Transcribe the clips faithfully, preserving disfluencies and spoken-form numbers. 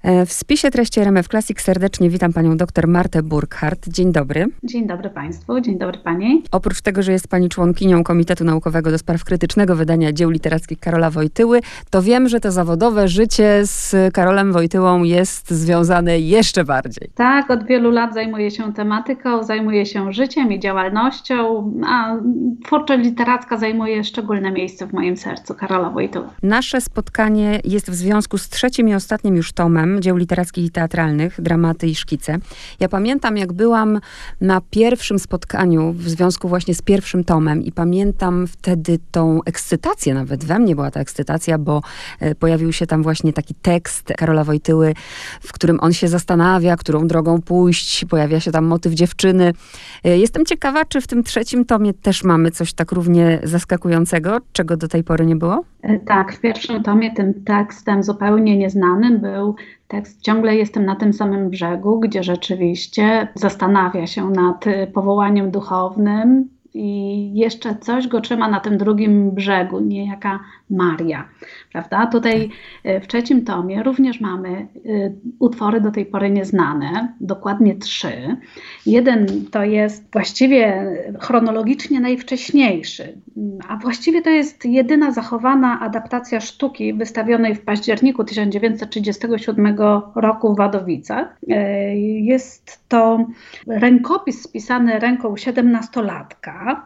W spisie treści R M F Classic serdecznie witam panią dr Martę Burkhardt. Dzień dobry. Dzień dobry państwu, dzień dobry pani. Oprócz tego, że jest pani członkinią Komitetu Naukowego do spraw krytycznego wydania dzieł literackich Karola Wojtyły, to wiem, że to zawodowe życie z Karolem Wojtyłą jest związane jeszcze bardziej. Tak, od wielu lat zajmuję się tematyką, zajmuję się życiem i działalnością, a twórczość literacka zajmuje szczególne miejsce w moim sercu Karola Wojtyły. Nasze spotkanie jest w związku z trzecim i ostatnim już tomem dzieł literackich i teatralnych, dramaty i szkice. Ja pamiętam, jak byłam na pierwszym spotkaniu w związku właśnie z pierwszym tomem i pamiętam wtedy tą ekscytację, nawet we mnie była ta ekscytacja, bo e, pojawił się tam właśnie taki tekst Karola Wojtyły, w którym on się zastanawia, którą drogą pójść, pojawia się tam motyw dziewczyny. E, jestem ciekawa, czy w tym trzecim tomie też mamy coś tak równie zaskakującego, czego do tej pory nie było? E, tak, w pierwszym tomie tym tekstem zupełnie nieznanym był tekst Ciągle jestem na tym samym brzegu, gdzie rzeczywiście zastanawia się nad powołaniem duchownym i jeszcze coś go trzyma na tym drugim brzegu, niejaka Maria, prawda? Tutaj w trzecim tomie również mamy utwory do tej pory nieznane, dokładnie trzy. Jeden to jest właściwie chronologicznie najwcześniejszy, a właściwie to jest jedyna zachowana adaptacja sztuki wystawionej w październiku tysiąc dziewięćset trzydziestego siódmego roku w Wadowicach. Jest to rękopis spisany ręką siedemnastolatka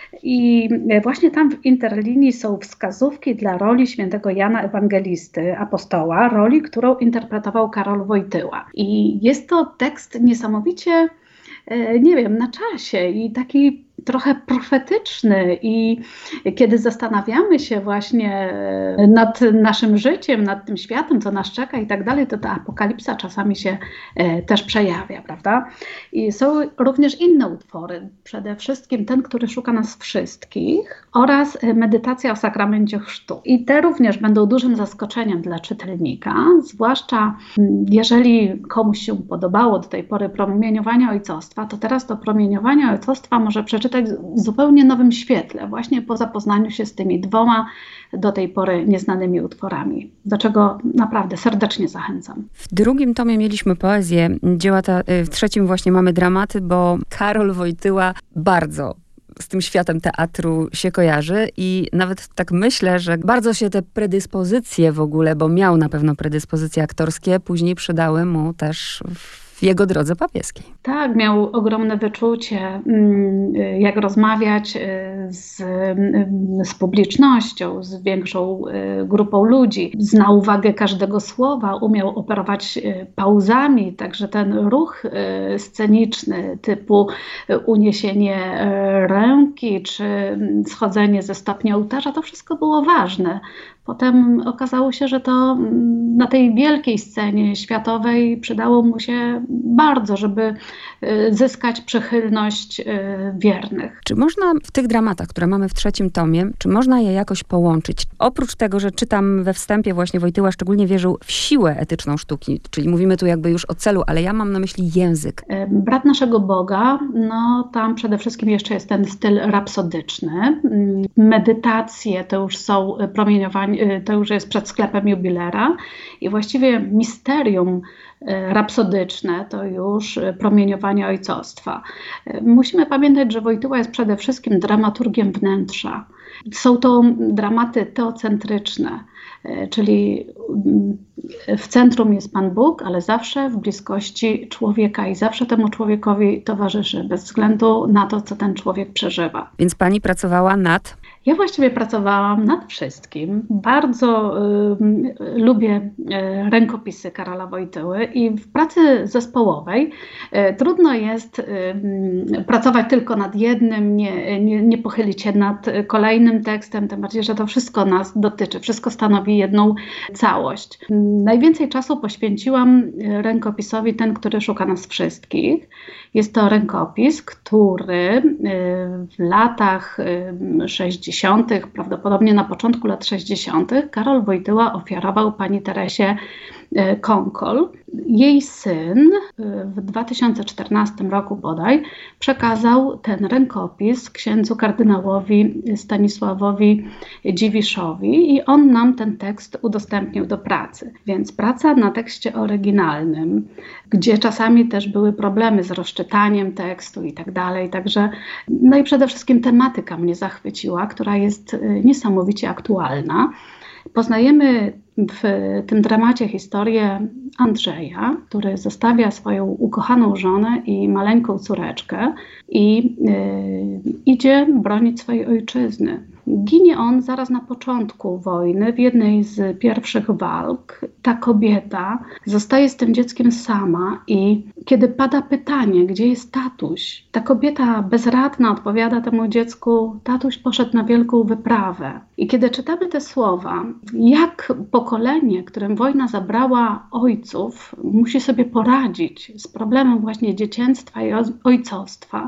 i właśnie tam w interlinii są wskazówki dla roli świętego Jana Ewangelisty, apostoła, roli, którą interpretował Karol Wojtyła. I jest to tekst niesamowicie, nie wiem, na czasie i taki trochę profetyczny i kiedy zastanawiamy się właśnie nad naszym życiem, nad tym światem, co nas czeka i tak dalej, to ta apokalipsa czasami się też przejawia, prawda? I są również inne utwory, przede wszystkim ten, który szuka nas wszystkich oraz medytacja o sakramencie chrztu. I te również będą dużym zaskoczeniem dla czytelnika, zwłaszcza jeżeli komuś się podobało do tej pory promieniowanie ojcostwa, to teraz to promieniowanie ojcostwa może przeczytać w zupełnie nowym świetle, właśnie po zapoznaniu się z tymi dwoma do tej pory nieznanymi utworami, do czego naprawdę serdecznie zachęcam. W drugim tomie mieliśmy poezję, dzieła ta, w trzecim właśnie mamy dramaty, bo Karol Wojtyła bardzo z tym światem teatru się kojarzy i nawet tak myślę, że bardzo się te predyspozycje w ogóle, bo miał na pewno predyspozycje aktorskie, później przydały mu też w w jego drodze papieskiej. Tak, miał ogromne wyczucie, jak rozmawiać z, z publicznością, z większą grupą ludzi. Znał wagę każdego słowa, umiał operować pauzami, także ten ruch sceniczny typu uniesienie ręki czy schodzenie ze stopnia ołtarza, to wszystko było ważne. Potem okazało się, że to na tej wielkiej scenie światowej przydało mu się bardzo, żeby zyskać przychylność wiernych. Czy można w tych dramatach, które mamy w trzecim tomie, czy można je jakoś połączyć? Oprócz tego, że czytam we wstępie właśnie Wojtyła szczególnie wierzył w siłę etyczną sztuki, czyli mówimy tu jakby już o celu, ale ja mam na myśli język. Brat naszego Boga, no tam przede wszystkim jeszcze jest ten styl rapsodyczny. Medytacje to już są promieniowanie, to już jest przed sklepem jubilera i właściwie misterium rapsodyczne to już promieniowanie ojcostwa. Musimy pamiętać, że Wojtyła jest przede wszystkim dramaturgiem wnętrza. Są to dramaty teocentryczne, czyli w centrum jest Pan Bóg, ale zawsze w bliskości człowieka i zawsze temu człowiekowi towarzyszy, bez względu na to, co ten człowiek przeżywa. Więc pani pracowała nad... Ja właściwie pracowałam nad wszystkim. Bardzo y, lubię y, rękopisy Karola Wojtyły i w pracy zespołowej y, trudno jest y, pracować tylko nad jednym, nie, nie, nie pochylić się nad kolejnym tekstem, tym bardziej, że to wszystko nas dotyczy, wszystko stanowi jedną całość. Najwięcej czasu poświęciłam rękopisowi Ten, który szuka nas wszystkich. Jest to rękopis, który w latach sześćdziesiątych, prawdopodobnie na początku lat sześćdziesiątych, Karol Wojtyła ofiarował pani Teresie Konkol. Jej syn w dwa tysiące czternastym roku bodaj przekazał ten rękopis księdzu kardynałowi Stanisławowi Dziwiszowi i on nam ten tekst udostępnił do pracy. Więc praca na tekście oryginalnym, gdzie czasami też były problemy z rozczytaniem tekstu i tak dalej. Także, no i przede wszystkim tematyka mnie zachwyciła, która jest niesamowicie aktualna. Poznajemy w tym dramacie historię Andrzeja, który zostawia swoją ukochaną żonę i maleńką córeczkę i yy, idzie bronić swojej ojczyzny. Ginie on zaraz na początku wojny, w jednej z pierwszych walk. Ta kobieta zostaje z tym dzieckiem sama i kiedy pada pytanie, gdzie jest tatuś, ta kobieta bezradna odpowiada temu dziecku: tatuś poszedł na wielką wyprawę. I kiedy czytamy te słowa, jak pokolenie, którym wojna zabrała ojców, musi sobie poradzić z problemem właśnie dziecięctwa i ojcostwa,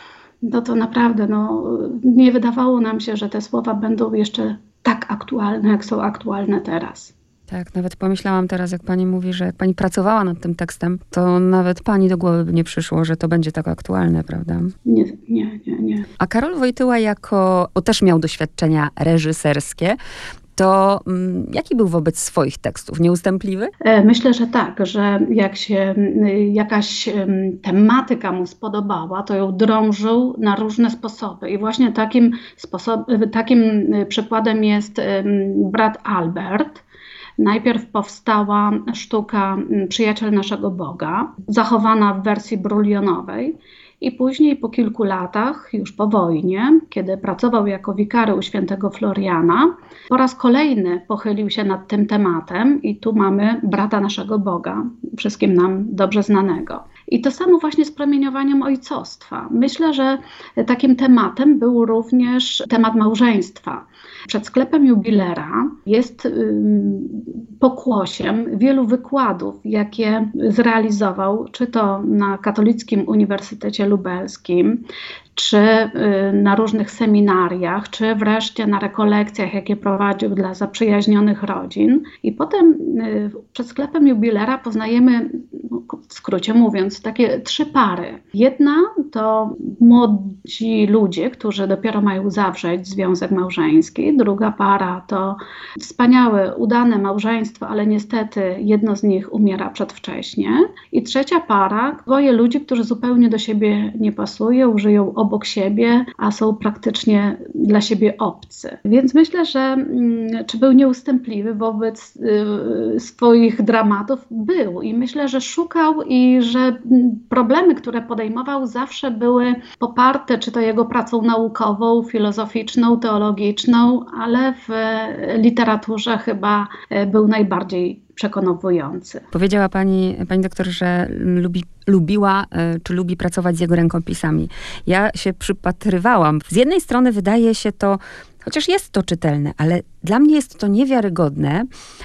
no to naprawdę no, nie wydawało nam się, że te słowa będą jeszcze tak aktualne, jak są aktualne teraz. Tak, nawet pomyślałam teraz, jak pani mówi, że jak pani pracowała nad tym tekstem, to nawet pani do głowy by nie przyszło, że to będzie tak aktualne, prawda? Nie, nie, nie, nie. A Karol Wojtyła jako, o, też miał doświadczenia reżyserskie, to mm, jaki był wobec swoich tekstów? Nieustępliwy? Myślę, że tak, że jak się jakaś tematyka mu spodobała, to ją drążył na różne sposoby. I właśnie takim, sposob, takim przykładem jest brat Albert. Najpierw powstała sztuka Przyjaciel naszego Boga, zachowana w wersji brulionowej. I później po kilku latach, już po wojnie, kiedy pracował jako wikary u świętego Floriana, po raz kolejny pochylił się nad tym tematem i tu mamy Brata naszego Boga, wszystkim nam dobrze znanego. I to samo właśnie z promieniowaniem ojcostwa. Myślę, że takim tematem był również temat małżeństwa. Przed sklepem jubilera jest ym, pokłosiem wielu wykładów, jakie zrealizował, czy to na Katolickim Uniwersytecie Lubelskim, czy na różnych seminariach, czy wreszcie na rekolekcjach, jakie prowadził dla zaprzyjaźnionych rodzin. I potem przed sklepem jubilera poznajemy, w skrócie mówiąc, takie trzy pary. Jedna to młodzi ludzie, którzy dopiero mają zawrzeć związek małżeński. Druga para to wspaniałe, udane małżeństwo, ale niestety jedno z nich umiera przedwcześnie. I trzecia para, dwoje ludzi, którzy zupełnie do siebie nie pasują, żyją obok siebie, a są praktycznie dla siebie obcy. Więc myślę, że czy był nieustępliwy wobec y, swoich dramatów? Był. I myślę, że szukał i że problemy, które podejmował, zawsze były poparte, czy to jego pracą naukową, filozoficzną, teologiczną, ale w literaturze chyba był najbardziej przekonujący. Powiedziała pani, pani doktor, że lubi, lubiła, czy lubi pracować z jego rękopisami. Ja się przypatrywałam. Z jednej strony wydaje się to, chociaż jest to czytelne, ale dla mnie jest to niewiarygodne,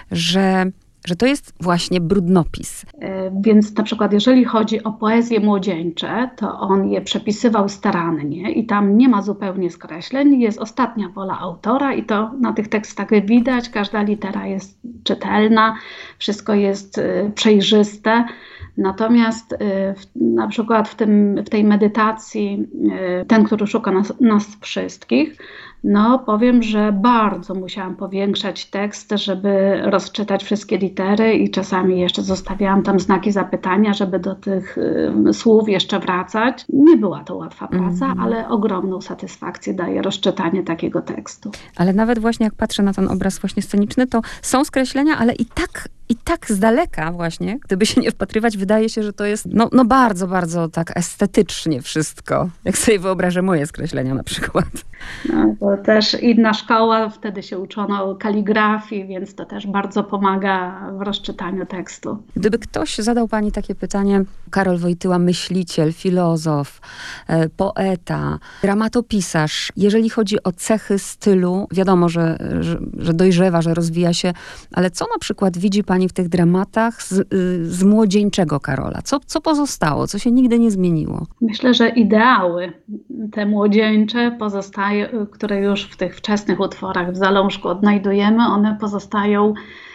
że że to jest właśnie brudnopis. Więc na przykład jeżeli chodzi o poezje młodzieńcze, to on je przepisywał starannie i tam nie ma zupełnie skreśleń, jest ostatnia wola autora i to na tych tekstach widać, każda litera jest czytelna, wszystko jest przejrzyste. Natomiast na przykład w, tym, w tej medytacji, ten, który szuka nas, nas wszystkich, no powiem, że bardzo musiałam powiększać tekst, żeby rozczytać wszystkie litery i czasami jeszcze zostawiałam tam znaki zapytania, żeby do tych y, słów jeszcze wracać. Nie była to łatwa praca, mm. ale ogromną satysfakcję daje rozczytanie takiego tekstu. Ale nawet właśnie jak patrzę na ten obraz właśnie sceniczny, to są skreślenia, ale i tak I tak z daleka właśnie, gdyby się nie wpatrywać, wydaje się, że to jest no, no bardzo, bardzo tak estetycznie wszystko. Jak sobie wyobrażę moje skreślenia na przykład. No, to też inna szkoła, wtedy się uczono kaligrafii, więc to też bardzo pomaga w rozczytaniu tekstu. Gdyby ktoś zadał pani takie pytanie, Karol Wojtyła, myśliciel, filozof, e, poeta, dramatopisarz, jeżeli chodzi o cechy stylu, wiadomo, że, że, że dojrzewa, że rozwija się, ale co na przykład widzi pani w tych dramatach z, z młodzieńczego Karola? Co, co pozostało? Co się nigdy nie zmieniło? Myślę, że ideały te młodzieńcze pozostają, które już w tych wczesnych utworach w zalążku odnajdujemy, one pozostają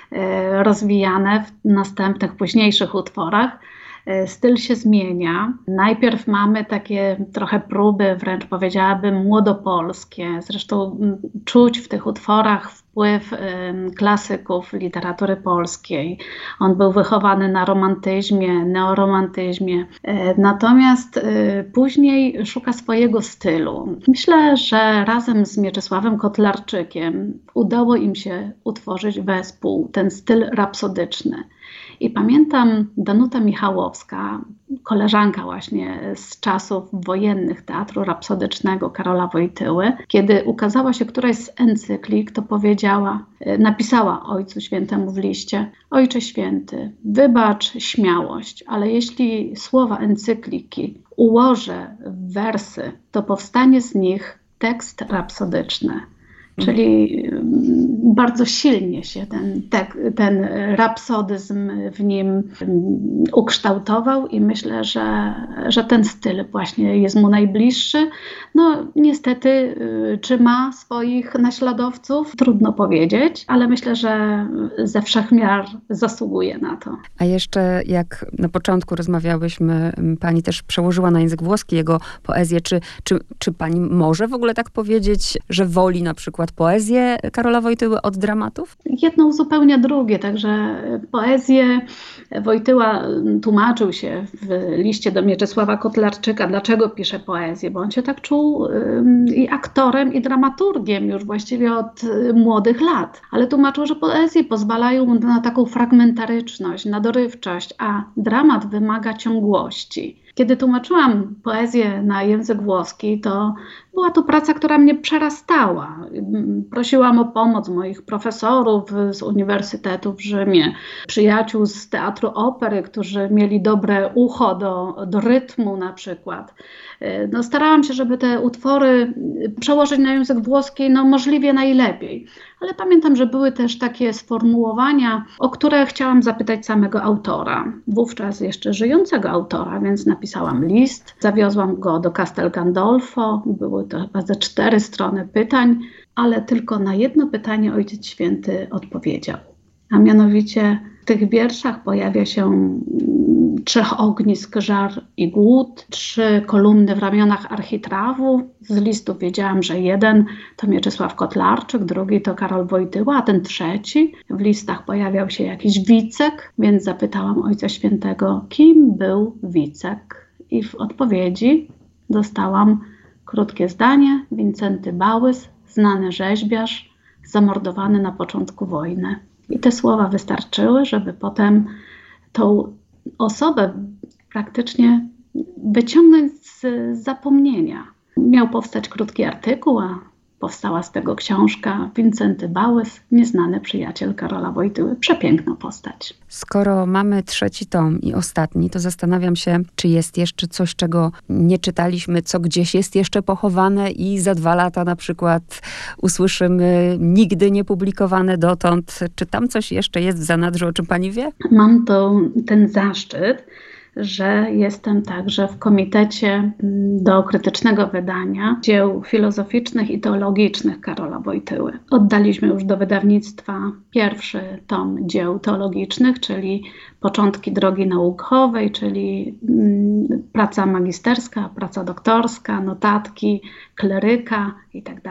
rozwijane w następnych, późniejszych utworach. Styl się zmienia. Najpierw mamy takie trochę próby, wręcz powiedziałabym młodopolskie. Zresztą czuć w tych utworach wpływ klasyków literatury polskiej. On był wychowany na romantyzmie, neoromantyzmie. Natomiast później szuka swojego stylu. Myślę, że razem z Mieczysławem Kotlarczykiem udało im się utworzyć wespół, ten styl rapsodyczny. I pamiętam Danuta Michałowska, koleżanka właśnie z czasów wojennych Teatru Rapsodycznego Karola Wojtyły, kiedy ukazała się któraś z encyklik, to powiedziała, napisała Ojcu Świętemu w liście: Ojcze Święty, wybacz śmiałość, ale jeśli słowa encykliki ułożę w wersy, to powstanie z nich tekst rapsodyczny. Czyli bardzo silnie się ten, ten rapsodyzm w nim ukształtował i myślę, że, że ten styl właśnie jest mu najbliższy. No niestety, czy ma swoich naśladowców? Trudno powiedzieć, ale myślę, że ze wszech miar zasługuje na to. A jeszcze jak na początku rozmawiałyśmy, pani też przełożyła na język włoski jego poezję. Czy, czy, czy pani może w ogóle tak powiedzieć, że woli na przykład poezję Karola Wojtyły od dramatów? Jedno uzupełnia drugie, także poezję Wojtyła tłumaczył się w liście do Mieczysława Kotlarczyka, dlaczego pisze poezję, bo on się tak czuł i aktorem, i dramaturgiem już właściwie od młodych lat, ale tłumaczył, że poezje pozwalają mu na taką fragmentaryczność, na dorywczość, a dramat wymaga ciągłości. Kiedy tłumaczyłam poezję na język włoski, to była to praca, która mnie przerastała. Prosiłam o pomoc moich profesorów z Uniwersytetu w Rzymie, przyjaciół z Teatru Opery, którzy mieli dobre ucho do, do rytmu na przykład. No, starałam się, żeby te utwory przełożyć na język włoski no, możliwie najlepiej. Ale pamiętam, że były też takie sformułowania, o które chciałam zapytać samego autora. Wówczas jeszcze żyjącego autora, więc napisałam list. Zawiozłam go do Castel Gandolfo. Były to chyba ze cztery strony pytań, ale tylko na jedno pytanie Ojciec Święty odpowiedział. A mianowicie w tych wierszach pojawia się trzech ognisk, żar i głód, trzy kolumny w ramionach architrawu. Z listów wiedziałam, że jeden to Mieczysław Kotlarczyk, drugi to Karol Wojtyła, a ten trzeci w listach pojawiał się jakiś Wicek, więc zapytałam Ojca Świętego, kim był Wicek. I w odpowiedzi dostałam krótkie zdanie: Wincenty Bałys, znany rzeźbiarz, zamordowany na początku wojny. I te słowa wystarczyły, żeby potem tą osobę praktycznie wyciągnąć z zapomnienia. Miał powstać krótki artykuł, a powstała z tego książka Wincenty Bałys, nieznany przyjaciel Karola Wojtyły. Przepiękna postać. Skoro mamy trzeci tom i ostatni, to zastanawiam się, czy jest jeszcze coś, czego nie czytaliśmy, co gdzieś jest jeszcze pochowane i za dwa lata na przykład usłyszymy nigdy nie publikowane dotąd. Czy tam coś jeszcze jest w zanadrzu, o czym pani wie? Mam to, ten zaszczyt, że jestem także w komitecie do krytycznego wydania dzieł filozoficznych i teologicznych Karola Wojtyły. Oddaliśmy już do wydawnictwa pierwszy tom dzieł teologicznych, czyli Początki drogi naukowej, czyli praca magisterska, praca doktorska, notatki kleryka itd.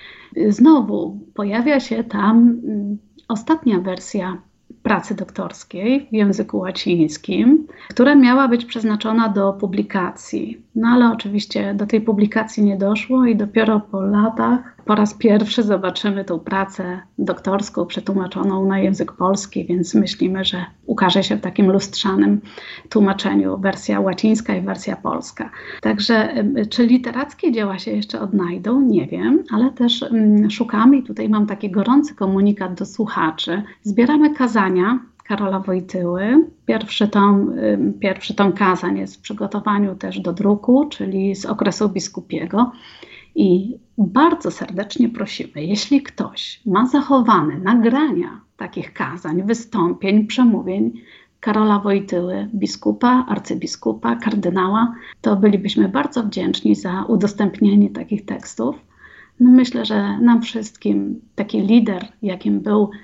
Znowu pojawia się tam ostatnia wersja pracy doktorskiej w języku łacińskim, która miała być przeznaczona do publikacji. No ale oczywiście do tej publikacji nie doszło i dopiero po latach po raz pierwszy zobaczymy tą pracę doktorską przetłumaczoną na język polski, więc myślimy, że ukaże się w takim lustrzanym tłumaczeniu wersja łacińska i wersja polska. Także czy literackie dzieła się jeszcze odnajdą? Nie wiem, ale też szukamy i tutaj mam taki gorący komunikat do słuchaczy. Zbieramy kazania Karola Wojtyły. Pierwszy tom, pierwszy tom kazań jest w przygotowaniu też do druku, czyli z okresu biskupiego. I bardzo serdecznie prosimy, jeśli ktoś ma zachowane nagrania takich kazań, wystąpień, przemówień Karola Wojtyły, biskupa, arcybiskupa, kardynała, to bylibyśmy bardzo wdzięczni za udostępnienie takich tekstów. No myślę, że nam wszystkim taki lider, jakim był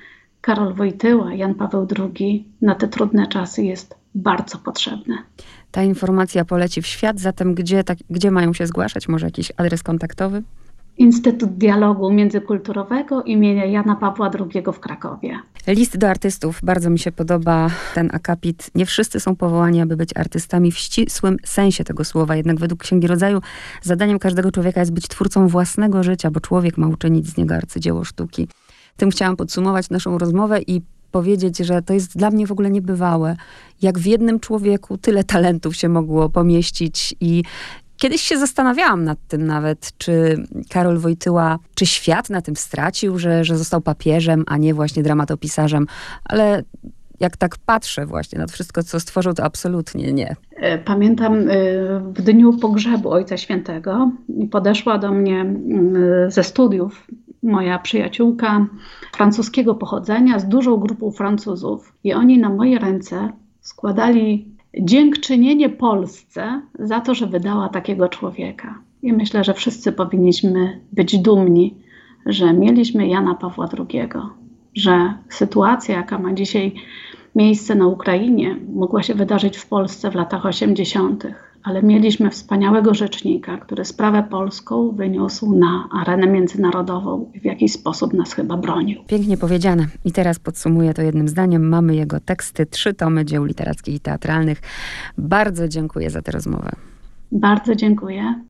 Karol Wojtyła, Jan Paweł drugi na te trudne czasy jest bardzo potrzebny. Ta informacja poleci w świat, zatem gdzie, tak, gdzie mają się zgłaszać? Może jakiś adres kontaktowy? Instytut Dialogu Międzykulturowego imienia Jana Pawła drugiego w Krakowie. List do artystów. Bardzo mi się podoba ten akapit. Nie wszyscy są powołani, aby być artystami w ścisłym sensie tego słowa. Jednak według Księgi Rodzaju zadaniem każdego człowieka jest być twórcą własnego życia, bo człowiek ma uczynić z niego arcydzieło sztuki. Tym chciałam podsumować naszą rozmowę i powiedzieć, że to jest dla mnie w ogóle niebywałe. Jak w jednym człowieku tyle talentów się mogło pomieścić i kiedyś się zastanawiałam nad tym nawet, czy Karol Wojtyła, czy świat na tym stracił, że, że został papieżem, a nie właśnie dramatopisarzem, ale jak tak patrzę właśnie na to wszystko, co stworzył, to absolutnie nie. Pamiętam w dniu pogrzebu Ojca Świętego podeszła do mnie ze studiów moja przyjaciółka francuskiego pochodzenia z dużą grupą Francuzów i oni na moje ręce składali dziękczynienie Polsce za to, że wydała takiego człowieka. I myślę, że wszyscy powinniśmy być dumni, że mieliśmy Jana Pawła drugiego, że sytuacja, jaka ma dzisiaj miejsce na Ukrainie, mogła się wydarzyć w Polsce w latach osiemdziesiątych, ale mieliśmy wspaniałego rzecznika, który sprawę polską wyniósł na arenę międzynarodową i w jakiś sposób nas chyba bronił. Pięknie powiedziane. I teraz podsumuję to jednym zdaniem. Mamy jego teksty, trzy tomy dzieł literackich i teatralnych. Bardzo dziękuję za tę rozmowę. Bardzo dziękuję.